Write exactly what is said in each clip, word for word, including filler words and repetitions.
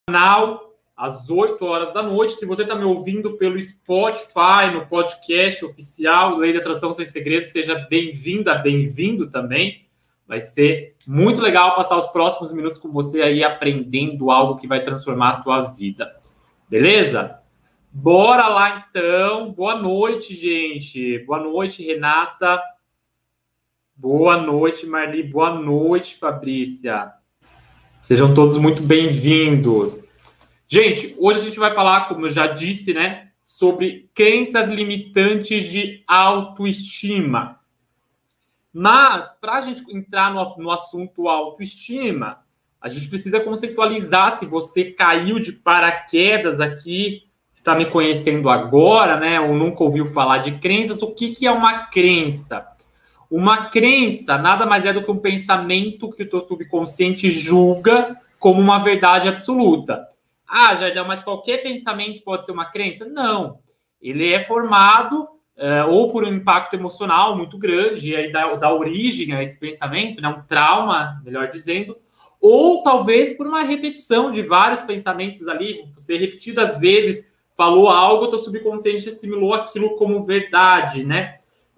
Canal às oito horas da noite. Se você está me ouvindo pelo Spotify, no podcast oficial Lei da Atração Sem Segredos, seja bem-vinda, bem-vindo também. Vai ser muito legal passar os próximos minutos com você aí aprendendo algo que vai transformar a tua vida. Beleza? Bora lá então. Boa noite, gente. Boa noite, Renata. Boa noite, Marli. Boa noite, Fabrícia. Sejam todos muito bem-vindos. Gente, hoje a gente vai falar, como eu já disse, né, sobre crenças limitantes de autoestima. Mas, para a gente entrar no, no assunto autoestima, a gente precisa conceitualizar se você caiu de paraquedas aqui, se está me conhecendo agora, né, ou nunca ouviu falar de crenças, o que, que é uma crença? Uma crença nada mais é do que um pensamento que o teu subconsciente julga como uma verdade absoluta. Ah, Jardel, mas qualquer pensamento pode ser uma crença? Não. Ele é formado uh, ou por um impacto emocional muito grande, e aí dá, dá origem a esse pensamento, né? Um trauma, melhor dizendo, ou talvez por uma repetição de vários pensamentos ali, você repetidas vezes falou algo, o teu subconsciente assimilou aquilo como verdade, né?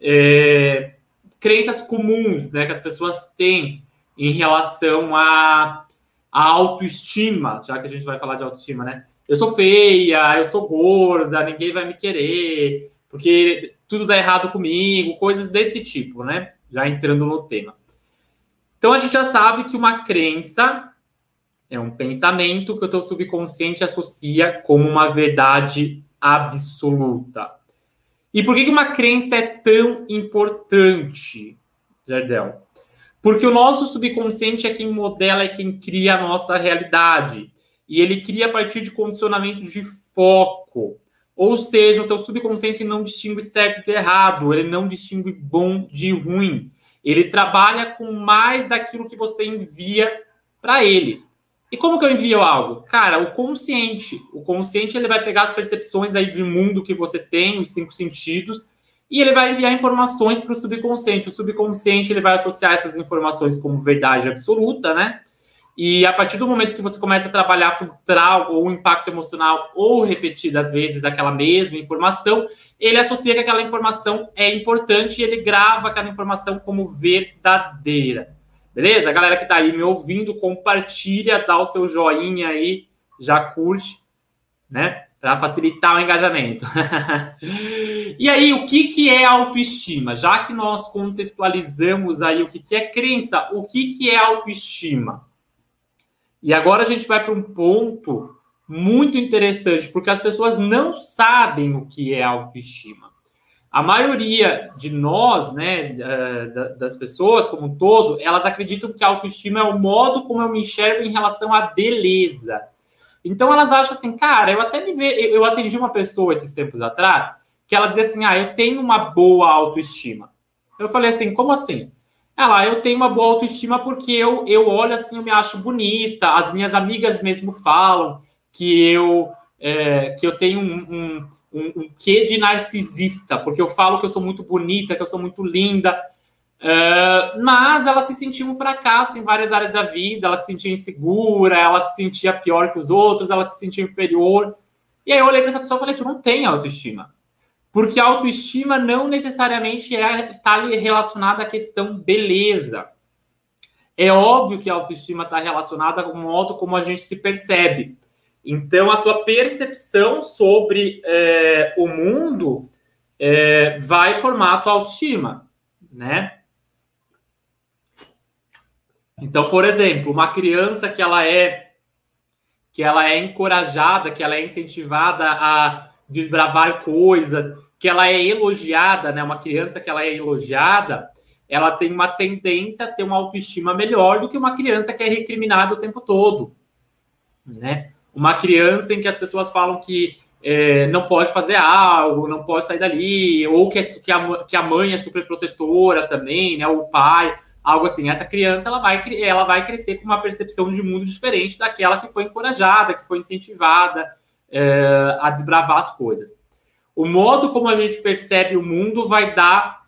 É... Crenças comuns, né, que as pessoas têm em relação à, à autoestima, já que a gente vai falar de autoestima, né? Eu sou feia, eu sou gorda, ninguém vai me querer, porque tudo dá errado comigo, coisas desse tipo, né? Já entrando no tema. Então, a gente já sabe que uma crença é um pensamento que o teu subconsciente associa como uma verdade absoluta. E por que uma crença é tão importante, Jardel? Porque o nosso subconsciente é quem modela, é quem cria a nossa realidade. E ele cria a partir de condicionamento de foco. Ou seja, o teu subconsciente não distingue certo de errado, ele não distingue bom de ruim. Ele trabalha com mais daquilo que você envia para ele. E como que eu envio algo? Cara, o consciente. O consciente ele vai pegar as percepções aí de mundo que você tem, os cinco sentidos, e ele vai enviar informações para o subconsciente. O subconsciente ele vai associar essas informações como verdade absoluta, né? E a partir do momento que você começa a trabalhar trauma ou impacto emocional ou repetidas vezes aquela mesma informação, ele associa que aquela informação é importante e ele grava aquela informação como verdadeira. Beleza? A galera que tá aí me ouvindo, compartilha, dá o seu joinha aí, já curte, né? Para facilitar o engajamento. E aí, o que, que é autoestima? Já que nós contextualizamos aí o que, que é crença, o que, que é autoestima? E agora a gente vai para um ponto muito interessante, porque as pessoas não sabem o que é autoestima. A maioria de nós, né, das pessoas como um todo, elas acreditam que a autoestima é o modo como eu me enxergo em relação à beleza. Então elas acham assim, cara, eu até me ve... eu atendi uma pessoa esses tempos atrás, que ela dizia assim, ah, eu tenho uma boa autoestima. Eu falei assim, como assim? Ela, eu tenho uma boa autoestima porque eu, eu olho assim, eu me acho bonita, as minhas amigas mesmo falam que eu, é, que eu tenho um... um Um, um quê de narcisista, porque eu falo que eu sou muito bonita, que eu sou muito linda, uh, mas ela se sentia um fracasso em várias áreas da vida, ela se sentia insegura, ela se sentia pior que os outros, ela se sentia inferior. E aí eu olhei para essa pessoa e falei, tu não tem autoestima. Porque a autoestima não necessariamente está é, relacionada à questão beleza. É óbvio que a autoestima está relacionada com o modo como a gente se percebe. Então, a tua percepção sobre é, o mundo é, vai formar a tua autoestima, né? Então, por exemplo, uma criança que ela é que ela é encorajada, que ela é incentivada a desbravar coisas, que ela é elogiada, né? Uma criança que ela é elogiada, ela tem uma tendência a ter uma autoestima melhor do que uma criança que é recriminada o tempo todo, né? Uma criança em que as pessoas falam que é, não pode fazer algo, não pode sair dali, ou que, que, a, que a mãe é super protetora também, né? Ou o pai, algo assim. Essa criança ela vai, ela vai crescer com uma percepção de mundo diferente daquela que foi encorajada, que foi incentivada é, a desbravar as coisas. O modo como a gente percebe o mundo vai dar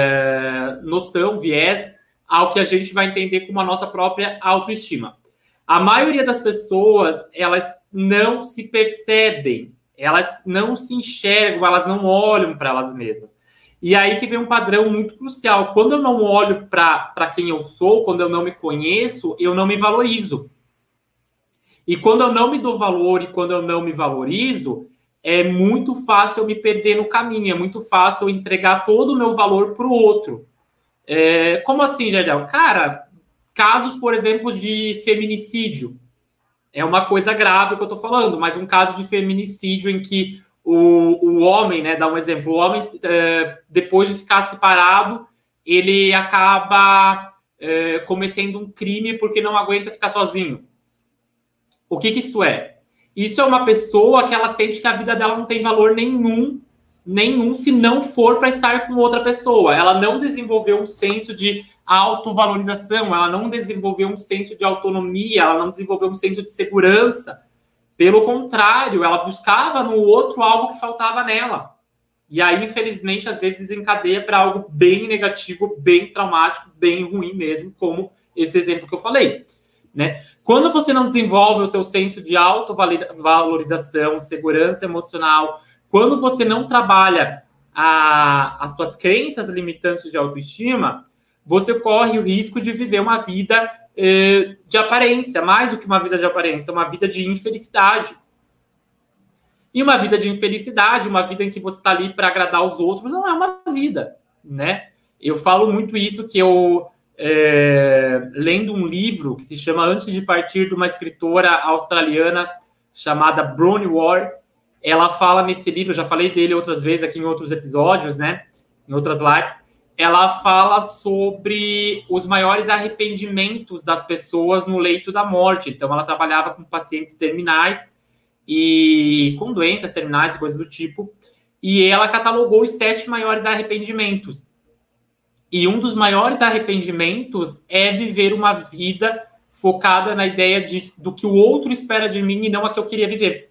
é, noção, viés, ao que a gente vai entender como a nossa própria autoestima. A maioria das pessoas, elas não se percebem, elas não se enxergam, elas não olham para elas mesmas. E aí que vem um padrão muito crucial. Quando eu não olho para quem eu sou, quando eu não me conheço, eu não me valorizo. E quando eu não me dou valor e quando eu não me valorizo, é muito fácil eu me perder no caminho, é muito fácil eu entregar todo o meu valor para o outro. É, como assim, Jardel? Cara, casos, por exemplo, de feminicídio. É uma coisa grave que eu estou falando, mas um caso de feminicídio em que o, o homem, né, dá um exemplo, o homem, é, depois de ficar separado, ele acaba é, cometendo um crime porque não aguenta ficar sozinho. O que que isso é? Isso é uma pessoa que ela sente que a vida dela não tem valor nenhum, nenhum, se não for para estar com outra pessoa. Ela não desenvolveu um senso de autovalorização, ela não desenvolveu um senso de autonomia, ela não desenvolveu um senso de segurança. Pelo contrário, ela buscava no outro algo que faltava nela. E aí, infelizmente, às vezes desencadeia para algo bem negativo, bem traumático, bem ruim mesmo, como esse exemplo que eu falei. Né? Quando você não desenvolve o teu senso de autovalorização, segurança emocional, quando você não trabalha a, as tuas crenças limitantes de autoestima, você corre o risco de viver uma vida eh, de aparência, mais do que uma vida de aparência, uma vida de infelicidade. E uma vida de infelicidade, uma vida em que você está ali para agradar os outros, não é uma vida, né? Eu falo muito isso, que eu... É, lendo um livro que se chama Antes de Partir, de uma escritora australiana chamada Bronnie Ware. Ela fala nesse livro, já falei dele outras vezes aqui em outros episódios, né, em outras lives. Ela fala sobre os maiores arrependimentos das pessoas no leito da morte. Então, ela trabalhava com pacientes terminais e com doenças terminais e coisas do tipo, e ela catalogou os sete maiores arrependimentos. E um dos maiores arrependimentos é viver uma vida focada na ideia de, do que o outro espera de mim e não a que eu queria viver.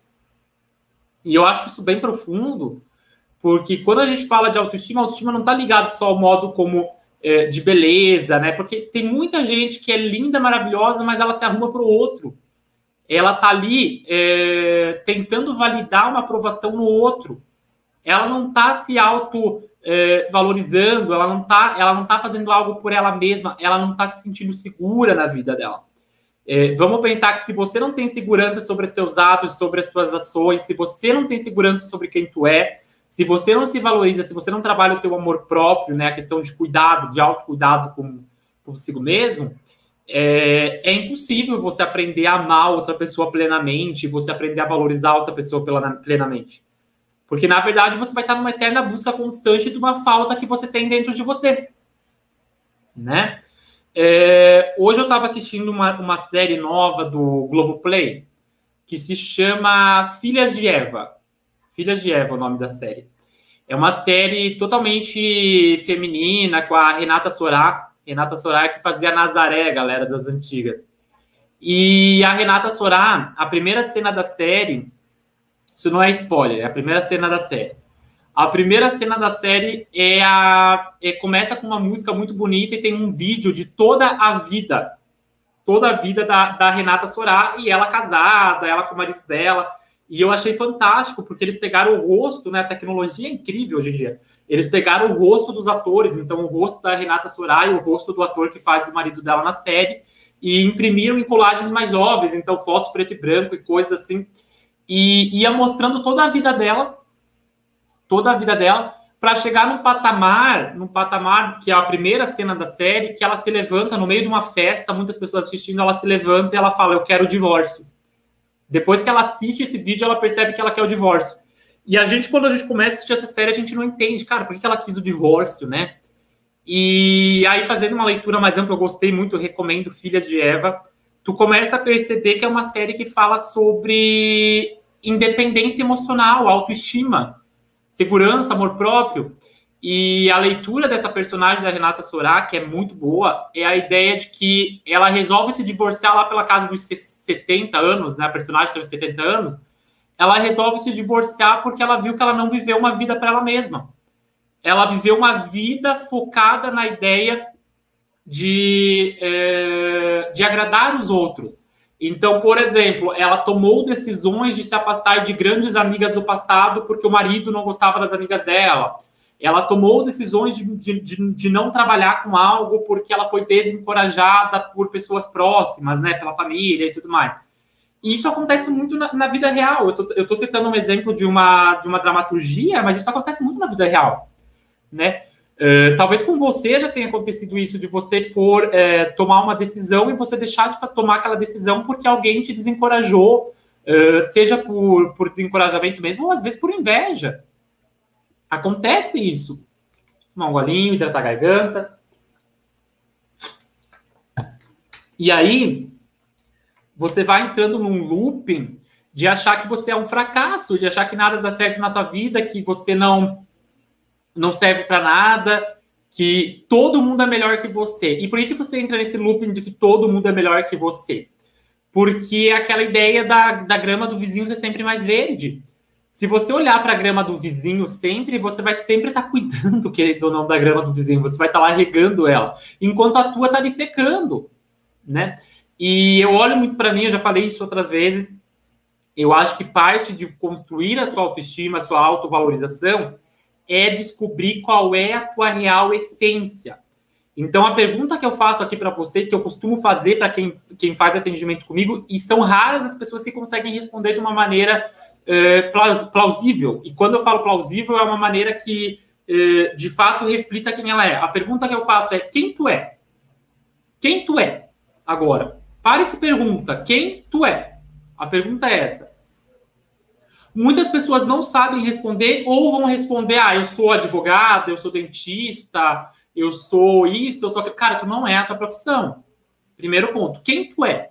E eu acho isso bem profundo, porque quando a gente fala de autoestima, a autoestima não está ligada só ao modo como é, de beleza, né? Porque tem muita gente que é linda, maravilhosa, mas ela se arruma para o outro. Ela está ali é, tentando validar uma aprovação no outro. Ela não está se auto... É, valorizando, ela não tá, ela não tá fazendo algo por ela mesma, ela não tá se sentindo segura na vida dela. É, vamos pensar que se você não tem segurança sobre os teus atos, sobre as tuas ações, se você não tem segurança sobre quem tu é, se você não se valoriza, se você não trabalha o teu amor próprio, né, a questão de cuidado, de autocuidado com, consigo mesmo, é, é impossível você aprender a amar outra pessoa plenamente, você aprender a valorizar outra pessoa plenamente. Porque, na verdade, você vai estar numa eterna busca constante de uma falta que você tem dentro de você. Né? É, hoje eu estava assistindo uma, uma série nova do Globoplay que se chama Filhas de Eva. Filhas de Eva é o nome da série. É uma série totalmente feminina, com a Renata Sorá. Renata Sorá que fazia Nazaré, galera das antigas. E a Renata Sorá, a primeira cena da série... Isso não é spoiler, é a primeira cena da série. A primeira cena da série é a, é, começa com uma música muito bonita e tem um vídeo de toda a vida. Toda a vida da, da Renata Sorá, e ela casada, ela com o marido dela. E eu achei fantástico, porque eles pegaram o rosto, né? A tecnologia é incrível hoje em dia. Eles pegaram o rosto dos atores, então o rosto da Renata Sorá e o rosto do ator que faz o marido dela na série, e imprimiram em colagens mais jovens, então fotos preto e branco e coisas assim. E ia mostrando toda a vida dela, toda a vida dela, para chegar num patamar, num patamar que é a primeira cena da série, que ela se levanta no meio de uma festa, muitas pessoas assistindo, ela se levanta e ela fala, eu quero o divórcio. Depois que ela assiste esse vídeo, ela percebe que ela quer o divórcio. E a gente, quando a gente começa a assistir essa série, a gente não entende, cara, por que ela quis o divórcio, né? E aí, fazendo uma leitura mais ampla, eu gostei muito, eu recomendo Filhas de Eva, tu começa a perceber que é uma série que fala sobre independência emocional, autoestima, segurança, amor próprio. E a leitura dessa personagem da Renata Sorá, que é muito boa, é a ideia de que ela resolve se divorciar lá pela casa dos setenta anos, né? A personagem tem uns setenta anos. Ela resolve se divorciar porque ela viu que ela não viveu uma vida para ela mesma. Ela viveu uma vida focada na ideia de, é, de agradar os outros. Então, por exemplo, ela tomou decisões de se afastar de grandes amigas do passado porque o marido não gostava das amigas dela. Ela tomou decisões de, de, de, de não trabalhar com algo porque ela foi desencorajada por pessoas próximas, né, pela família e tudo mais. E isso acontece muito na, na vida real. Eu tô, eu tô citando um exemplo de uma, de uma dramaturgia, mas isso acontece muito na vida real, né? Uh, talvez com você já tenha acontecido isso, de você for uh, tomar uma decisão e você deixar de tomar aquela decisão porque alguém te desencorajou, uh, seja por, por desencorajamento mesmo, ou às vezes por inveja. Acontece isso. Tomar um golinho, hidratar a garganta. E aí, você vai entrando num looping de achar que você é um fracasso, de achar que nada dá certo na tua vida, que você não... não serve para nada, que todo mundo é melhor que você. E por que você entra nesse looping de que todo mundo é melhor que você? Porque é aquela ideia da, da grama do vizinho ser sempre mais verde. Se você olhar para a grama do vizinho sempre, você vai sempre estar tá cuidando, querendo ou não, da grama do vizinho. Você vai estar tá lá regando ela, enquanto a tua está ali secando, né? E eu olho muito para mim, eu já falei isso outras vezes, eu acho que parte de construir a sua autoestima, a sua autovalorização, é descobrir qual é a tua real essência. Então, a pergunta que eu faço aqui para você, que eu costumo fazer para quem, quem faz atendimento comigo, e são raras as pessoas que conseguem responder de uma maneira uh, plausível. E quando eu falo plausível, é uma maneira que, uh, de fato, reflita quem ela é. A pergunta que eu faço é, quem tu é? Quem tu é? Agora, pare e se pergunta, quem tu é? A pergunta é essa. Muitas pessoas não sabem responder ou vão responder, ah, eu sou advogada, eu sou dentista, eu sou isso, eu sou aquilo. Cara, tu não é a tua profissão. Primeiro ponto. Quem tu é?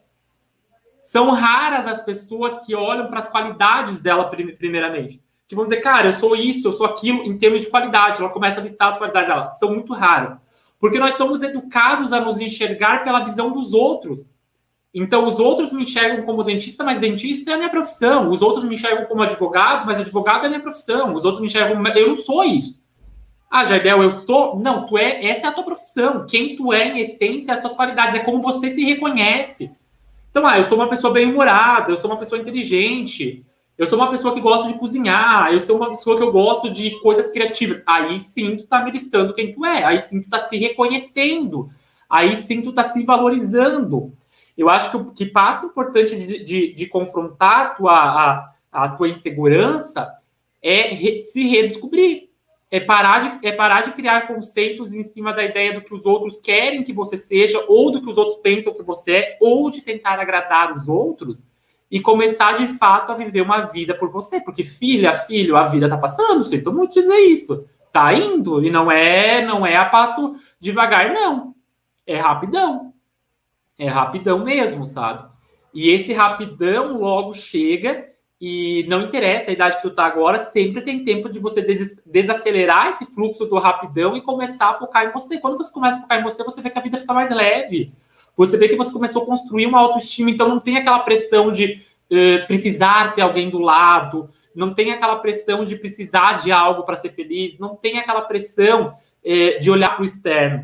São raras as pessoas que olham para as qualidades dela primeiramente. Que vão dizer, cara, eu sou isso, eu sou aquilo, em termos de qualidade. Ela começa a listar as qualidades dela. São muito raras. Porque nós somos educados a nos enxergar pela visão dos outros. Então, os outros me enxergam como dentista, mas dentista é a minha profissão. Os outros me enxergam como advogado, mas advogado é a minha profissão. Os outros me enxergam como... Eu não sou isso. Ah, Jardel, eu sou... Não, tu é... Essa é a tua profissão. Quem tu é, em essência, as tuas qualidades. É como você se reconhece. Então, ah, eu sou uma pessoa bem-humorada, eu sou uma pessoa inteligente, eu sou uma pessoa que gosta de cozinhar, eu sou uma pessoa que eu gosto de coisas criativas. Aí sim tu tá me listando quem tu é. Aí sim tu tá se reconhecendo. Aí sim tu tá se valorizando. Eu acho que o que passo importante de, de, de confrontar a tua, a, a tua insegurança é re, se redescobrir. É parar, de, é parar de criar conceitos em cima da ideia do que os outros querem que você seja, ou do que os outros pensam que você é, ou de tentar agradar os outros, e começar, de fato, a viver uma vida por você. Porque, filha, filho, a vida tá passando, sinto muito dizer isso. Tá indo, e não é, não é a passo devagar, não. É rapidão. É rapidão mesmo, sabe? E esse rapidão logo chega e não interessa a idade que tu tá agora, sempre tem tempo de você des desacelerar esse fluxo do rapidão e começar a focar em você. Quando você começa a focar em você, você vê que a vida fica mais leve. Você vê que você começou a construir uma autoestima, então não tem aquela pressão de uh, precisar ter alguém do lado, não tem aquela pressão de precisar de algo para ser feliz, não tem aquela pressão uh, de olhar para o externo.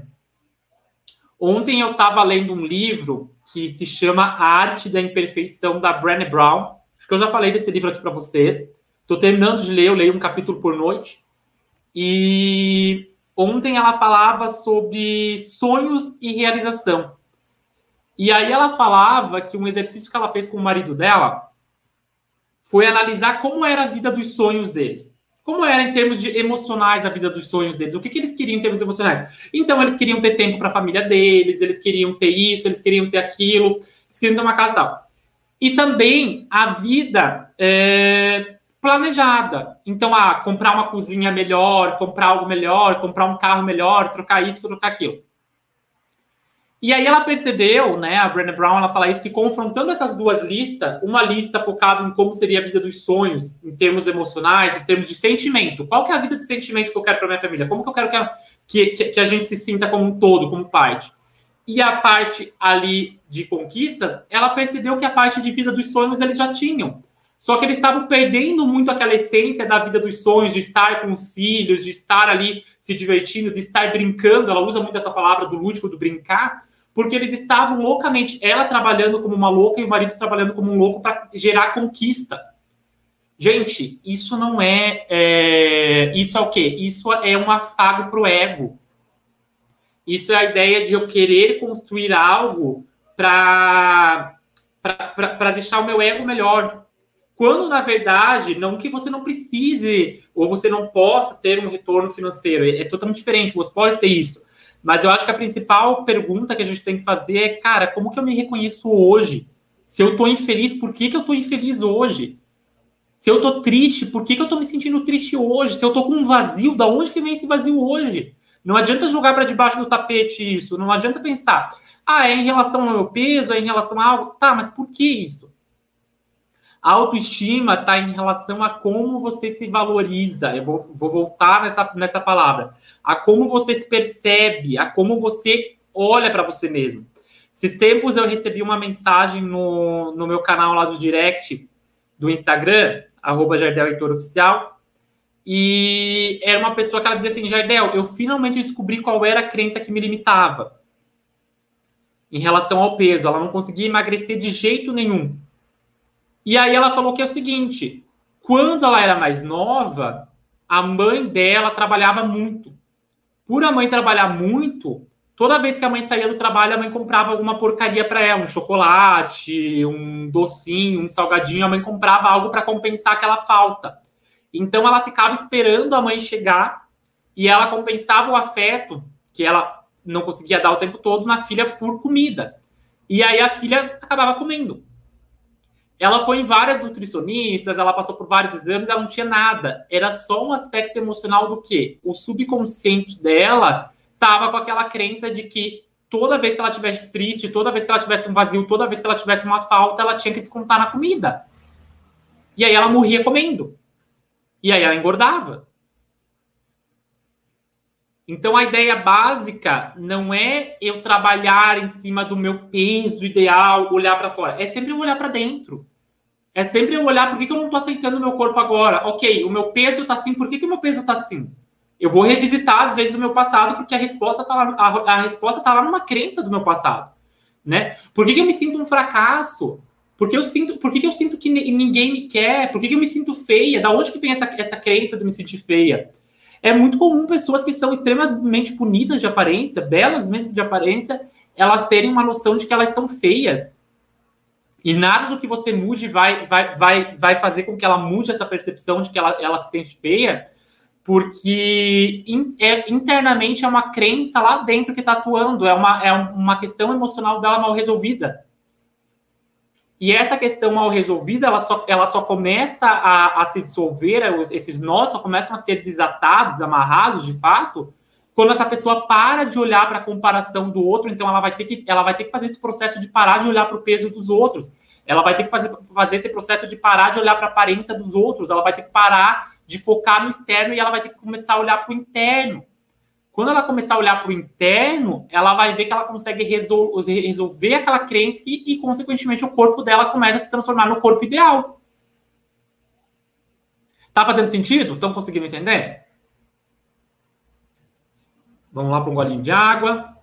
Ontem eu estava lendo um livro que se chama A Arte da Imperfeição, da Brené Brown. Acho que eu já falei desse livro aqui para vocês. Estou terminando de ler, eu leio um capítulo por noite. E ontem ela falava sobre sonhos e realização. E aí ela falava que um exercício que ela fez com o marido dela foi analisar como era a vida dos sonhos deles. Como era em termos de emocionais a vida dos sonhos deles? O que, que eles queriam em termos emocionais? Então, eles queriam ter tempo para a família deles, eles queriam ter isso, eles queriam ter aquilo, eles queriam ter uma casa e tal. E também a vida é, planejada. Então, ah, comprar uma cozinha melhor, comprar algo melhor, comprar um carro melhor, trocar isso, trocar aquilo. E aí ela percebeu, né, a Brené Brown, ela fala isso, que confrontando essas duas listas, uma lista focada em como seria a vida dos sonhos, em termos emocionais, em termos de sentimento. Qual que é a vida de sentimento que eu quero para minha família? Como que eu quero que, que, que a gente se sinta como um todo, como parte? E a parte ali de conquistas, ela percebeu que a parte de vida dos sonhos eles já tinham. Só que eles estavam perdendo muito aquela essência da vida dos sonhos, de estar com os filhos, de estar ali se divertindo, de estar brincando. Ela usa muito essa palavra do lúdico, do brincar, porque eles estavam loucamente, ela trabalhando como uma louca e o marido trabalhando como um louco para gerar conquista. Gente, isso não é, é... Isso é o quê? Isso é um afago para o ego. Isso é a ideia de eu querer construir algo para para deixar o meu ego melhor. Quando, na verdade, não que você não precise ou você não possa ter um retorno financeiro. É, é totalmente diferente, você pode ter isso. Mas eu acho que a principal pergunta que a gente tem que fazer é, cara, como que eu me reconheço hoje? Se eu estou infeliz, por que, que eu estou infeliz hoje? Se eu estou triste, por que, que eu estou me sentindo triste hoje? Se eu estou com um vazio, da onde que vem esse vazio hoje? Não adianta jogar para debaixo do tapete isso. Não adianta pensar, ah, é em relação ao meu peso, é em relação a algo. Tá, mas por que isso? A autoestima está em relação a como você se valoriza. Eu vou, vou voltar nessa, nessa palavra. A como você se percebe, a como você olha para você mesmo. Esses tempos eu recebi uma mensagem no, no meu canal lá do direct do Instagram, arroba Jardel Heitor Oficial, e era uma pessoa que ela dizia assim, Jardel, eu finalmente descobri qual era a crença que me limitava em relação ao peso. Ela não conseguia emagrecer de jeito nenhum. E aí ela falou que é o seguinte, quando ela era mais nova, a mãe dela trabalhava muito. Por a mãe trabalhar muito, toda vez que a mãe saía do trabalho, a mãe comprava alguma porcaria para ela, um chocolate, um docinho, um salgadinho, a mãe comprava algo para compensar aquela falta. Então ela ficava esperando a mãe chegar e ela compensava o afeto que ela não conseguia dar o tempo todo na filha por comida. E aí a filha acabava comendo. Ela foi em várias nutricionistas, ela passou por vários exames, ela não tinha nada. Era só um aspecto emocional do quê? O subconsciente dela estava com aquela crença de que toda vez que ela estivesse triste, toda vez que ela tivesse um vazio, toda vez que ela tivesse uma falta, ela tinha que descontar na comida. E aí ela morria comendo. E aí ela engordava. Então a ideia básica não é eu trabalhar em cima do meu peso ideal, olhar para fora. É sempre eu olhar para dentro. É sempre eu olhar por que, que eu não estou aceitando o meu corpo agora. Ok, o meu peso está assim, por que, que o meu peso está assim? Eu vou revisitar, às vezes, o meu passado, porque a resposta está lá, a, a resposta tá lá numa crença do meu passado. Né? Por que, que eu me sinto um fracasso? Por que eu sinto, por que, que, eu sinto que ninguém me quer? Por que, que eu me sinto feia? Da onde que vem essa, essa crença de me sentir feia? É muito comum pessoas que são extremamente bonitas de aparência, belas mesmo de aparência, elas terem uma noção de que elas são feias. E nada do que você mude vai, vai, vai, vai fazer com que ela mude essa percepção de que ela, ela se sente feia, porque in, é, internamente é uma crença lá dentro que está atuando, é uma, é uma questão emocional dela mal resolvida. E essa questão mal resolvida, ela só, ela só começa a, a se dissolver, esses nós só começam a ser desatados, amarrados, de fato, quando essa pessoa para de olhar para a comparação do outro. Então ela vai ter que, ela vai ter que fazer esse processo de parar de olhar para o peso dos outros. Ela vai ter que fazer, fazer esse processo de parar de olhar para a aparência dos outros. Ela vai ter que parar de focar no externo e ela vai ter que começar a olhar para o interno. Quando ela começar a olhar para o interno, ela vai ver que ela consegue resol- resolver aquela crença e, e, consequentemente, o corpo dela começa a se transformar no corpo ideal. Tá fazendo sentido? Estão conseguindo entender? Vamos lá para um golinho de água.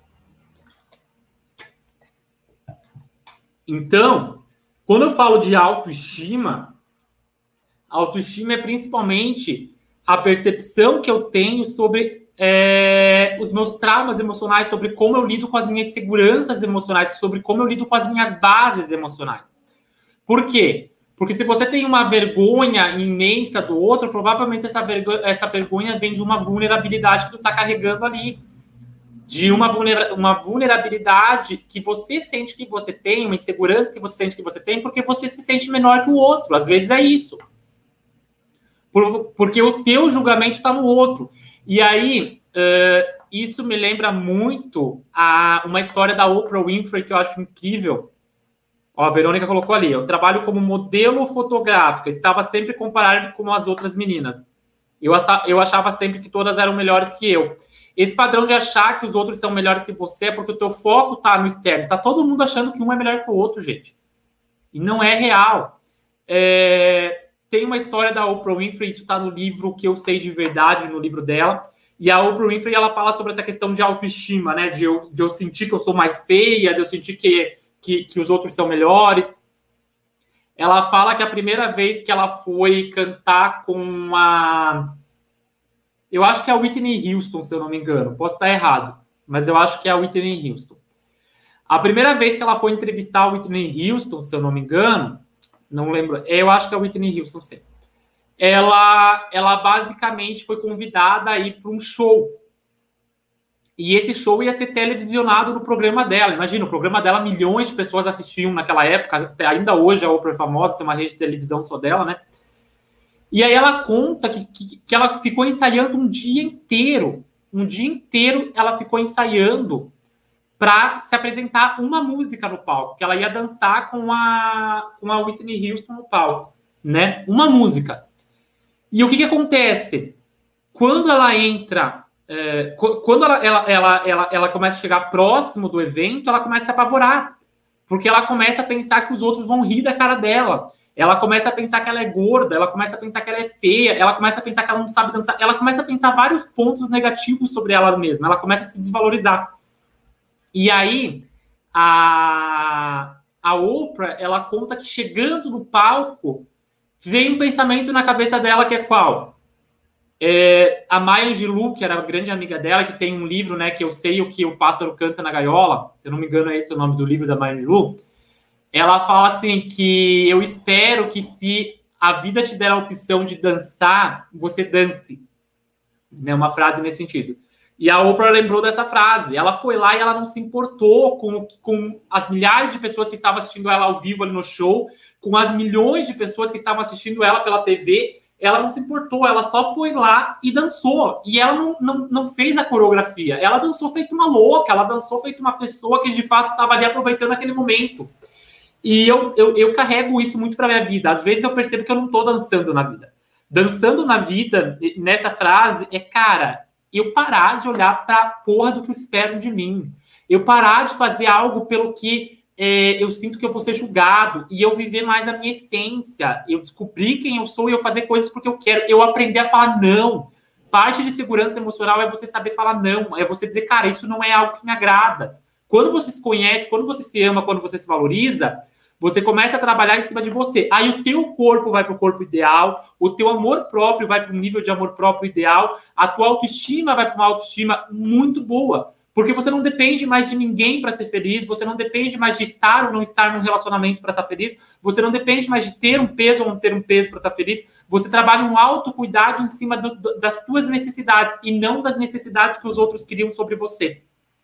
Então, quando eu falo de autoestima, autoestima é principalmente a percepção que eu tenho sobre é, os meus traumas emocionais, sobre como eu lido com as minhas seguranças emocionais, sobre como eu lido com as minhas bases emocionais. Por quê? Porque se você tem uma vergonha imensa do outro, provavelmente essa vergonha, essa vergonha vem de uma vulnerabilidade que tu está carregando ali. De uma, vulnera- uma vulnerabilidade que você sente que você tem, uma insegurança que você sente que você tem, porque você se sente menor que o outro. Às vezes é isso. Por, porque o teu julgamento está no outro. E aí, uh, isso me lembra muito a, uma história da Oprah Winfrey que eu acho incrível. Ó, a Verônica colocou ali, eu trabalho como modelo fotográfica, estava sempre comparado com as outras meninas. Eu, eu achava sempre que todas eram melhores que eu. Esse padrão de achar que os outros são melhores que você é porque o teu foco está no externo. Está todo mundo achando que um é melhor que o outro, gente. E não é real. É... Tem uma história da Oprah Winfrey, isso está no livro Que Eu Sei de Verdade, no livro dela, E a Oprah Winfrey, ela fala sobre essa questão de autoestima, né? De eu, de eu sentir que eu sou mais feia, de eu sentir que, que, que os outros são melhores. Ela fala que a primeira vez que ela foi cantar com a... Eu acho que é a Whitney Houston, se eu não me engano. Posso estar errado, mas eu acho que é a Whitney Houston. A primeira vez que ela foi entrevistar a Whitney Houston, se eu não me engano, não lembro, eu acho que é a Whitney Houston, sim. Ela, ela basicamente foi convidada a ir para um show. E esse show ia ser televisionado no programa dela. Imagina, o programa dela, milhões de pessoas assistiam naquela época. Ainda hoje a Oprah é famosa, tem uma rede de televisão só dela, né? E aí ela conta que, que, que ela ficou ensaiando um dia inteiro. Um dia inteiro ela ficou ensaiando para se apresentar uma música no palco. Que ela ia dançar com a, com a Whitney Houston no palco, né? Uma música. E o que, que acontece? Quando ela entra, é, quando ela, ela, ela, ela, ela começa a chegar próximo do evento, ela começa a se apavorar. Porque ela começa a pensar que os outros vão rir da cara dela. Ela começa a pensar que ela é gorda, ela começa a pensar que ela é feia, ela começa a pensar que ela não sabe dançar, ela começa a pensar vários pontos negativos sobre ela mesma, ela começa a se desvalorizar. E aí, a, a Oprah, ela conta que chegando no palco, vem um pensamento na cabeça dela que é qual? É, a Maya Angelou, que era a grande amiga dela, que tem um livro, né, que eu sei o que o pássaro canta na gaiola, se eu não me engano é esse o nome do livro da Maya Angelou, ela fala assim que eu espero que se a vida te der a opção de dançar, você dance. Né, uma frase nesse sentido. E a Oprah lembrou dessa frase. Ela foi lá e ela não se importou com, com as milhares de pessoas que estavam assistindo ela ao vivo ali no show, com as milhões de pessoas que estavam assistindo ela pela T V. Ela não se importou, ela só foi lá e dançou. E ela não, não, não fez a coreografia. Ela dançou feito uma louca, ela dançou feito uma pessoa que de fato estava ali aproveitando aquele momento. E eu, eu, eu carrego isso muito para minha vida. Às vezes eu percebo que eu não estou dançando na vida. Dançando na vida, nessa frase, é, cara, eu parar de olhar para a porra do que esperam de mim. Eu parar de fazer algo pelo que é, eu sinto que eu vou ser julgado. E eu viver mais a minha essência. Eu descobrir quem eu sou e eu fazer coisas porque eu quero. Eu aprender a falar não. Parte de segurança emocional é você saber falar não. É você dizer, cara, isso não é algo que me agrada. Quando você se conhece, quando você se ama, quando você se valoriza, você começa a trabalhar em cima de você. Aí o teu corpo vai para o corpo ideal, o teu amor próprio vai para um nível de amor próprio ideal, a tua autoestima vai para uma autoestima muito boa. Porque você não depende mais de ninguém para ser feliz, você não depende mais de estar ou não estar num relacionamento para estar feliz, você não depende mais de ter um peso ou não ter um peso para estar feliz, você trabalha um autocuidado em cima do, do, das tuas necessidades e não das necessidades que os outros criam sobre você.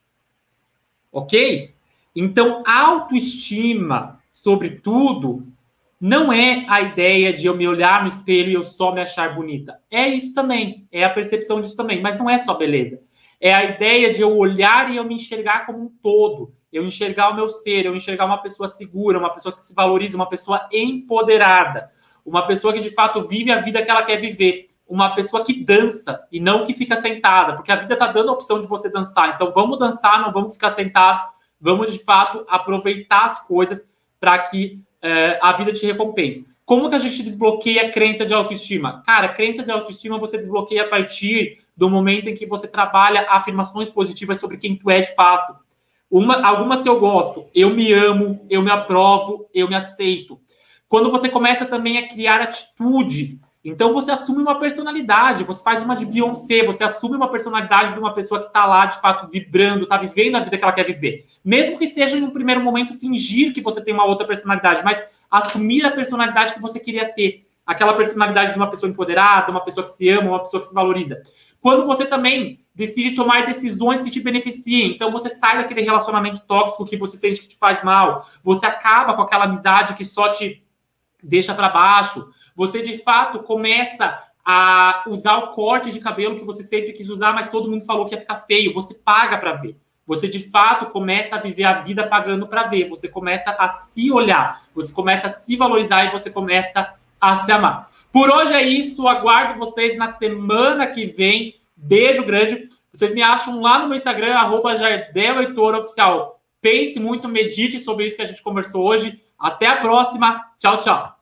Ok? Então, autoestima, sobretudo, não é a ideia de eu me olhar no espelho e eu só me achar bonita. É isso também, é a percepção disso também, mas não é só beleza. É a ideia de eu olhar e eu me enxergar como um todo, eu enxergar o meu ser, eu enxergar uma pessoa segura, uma pessoa que se valoriza, uma pessoa empoderada, uma pessoa que de fato vive a vida que ela quer viver, uma pessoa que dança e não que fica sentada, porque a vida está dando a opção de você dançar. Então vamos dançar, não vamos ficar sentado, vamos de fato aproveitar as coisas para que uh, a vida te recompense. Como que a gente desbloqueia a crença de autoestima? Cara, a crença de autoestima você desbloqueia a partir do momento em que você trabalha afirmações positivas sobre quem tu é de fato. Uma, algumas que eu gosto, eu me amo, eu me aprovo, eu me aceito. Quando você começa também a criar atitudes, então você assume uma personalidade, você faz uma de Beyoncé, você assume uma personalidade de uma pessoa que está lá, de fato, vibrando, está vivendo a vida que ela quer viver. Mesmo que seja, em um primeiro momento, fingir que você tem uma outra personalidade, mas assumir a personalidade que você queria ter. Aquela personalidade de uma pessoa empoderada, uma pessoa que se ama, uma pessoa que se valoriza. Quando você também decide tomar decisões que te beneficiem, então você sai daquele relacionamento tóxico que você sente que te faz mal, você acaba com aquela amizade que só te deixa para baixo, você de fato começa a usar o corte de cabelo que você sempre quis usar, mas todo mundo falou que ia ficar feio, você paga para ver. Você de fato começa a viver a vida pagando para ver, você começa a se olhar, você começa a se valorizar e você começa a se amar. Por hoje é isso, aguardo vocês na semana que vem, beijo grande, vocês me acham lá no meu Instagram, arroba Jardel Heitor Oficial. Pense muito, medite sobre isso que a gente conversou hoje. Até a próxima. Tchau, tchau.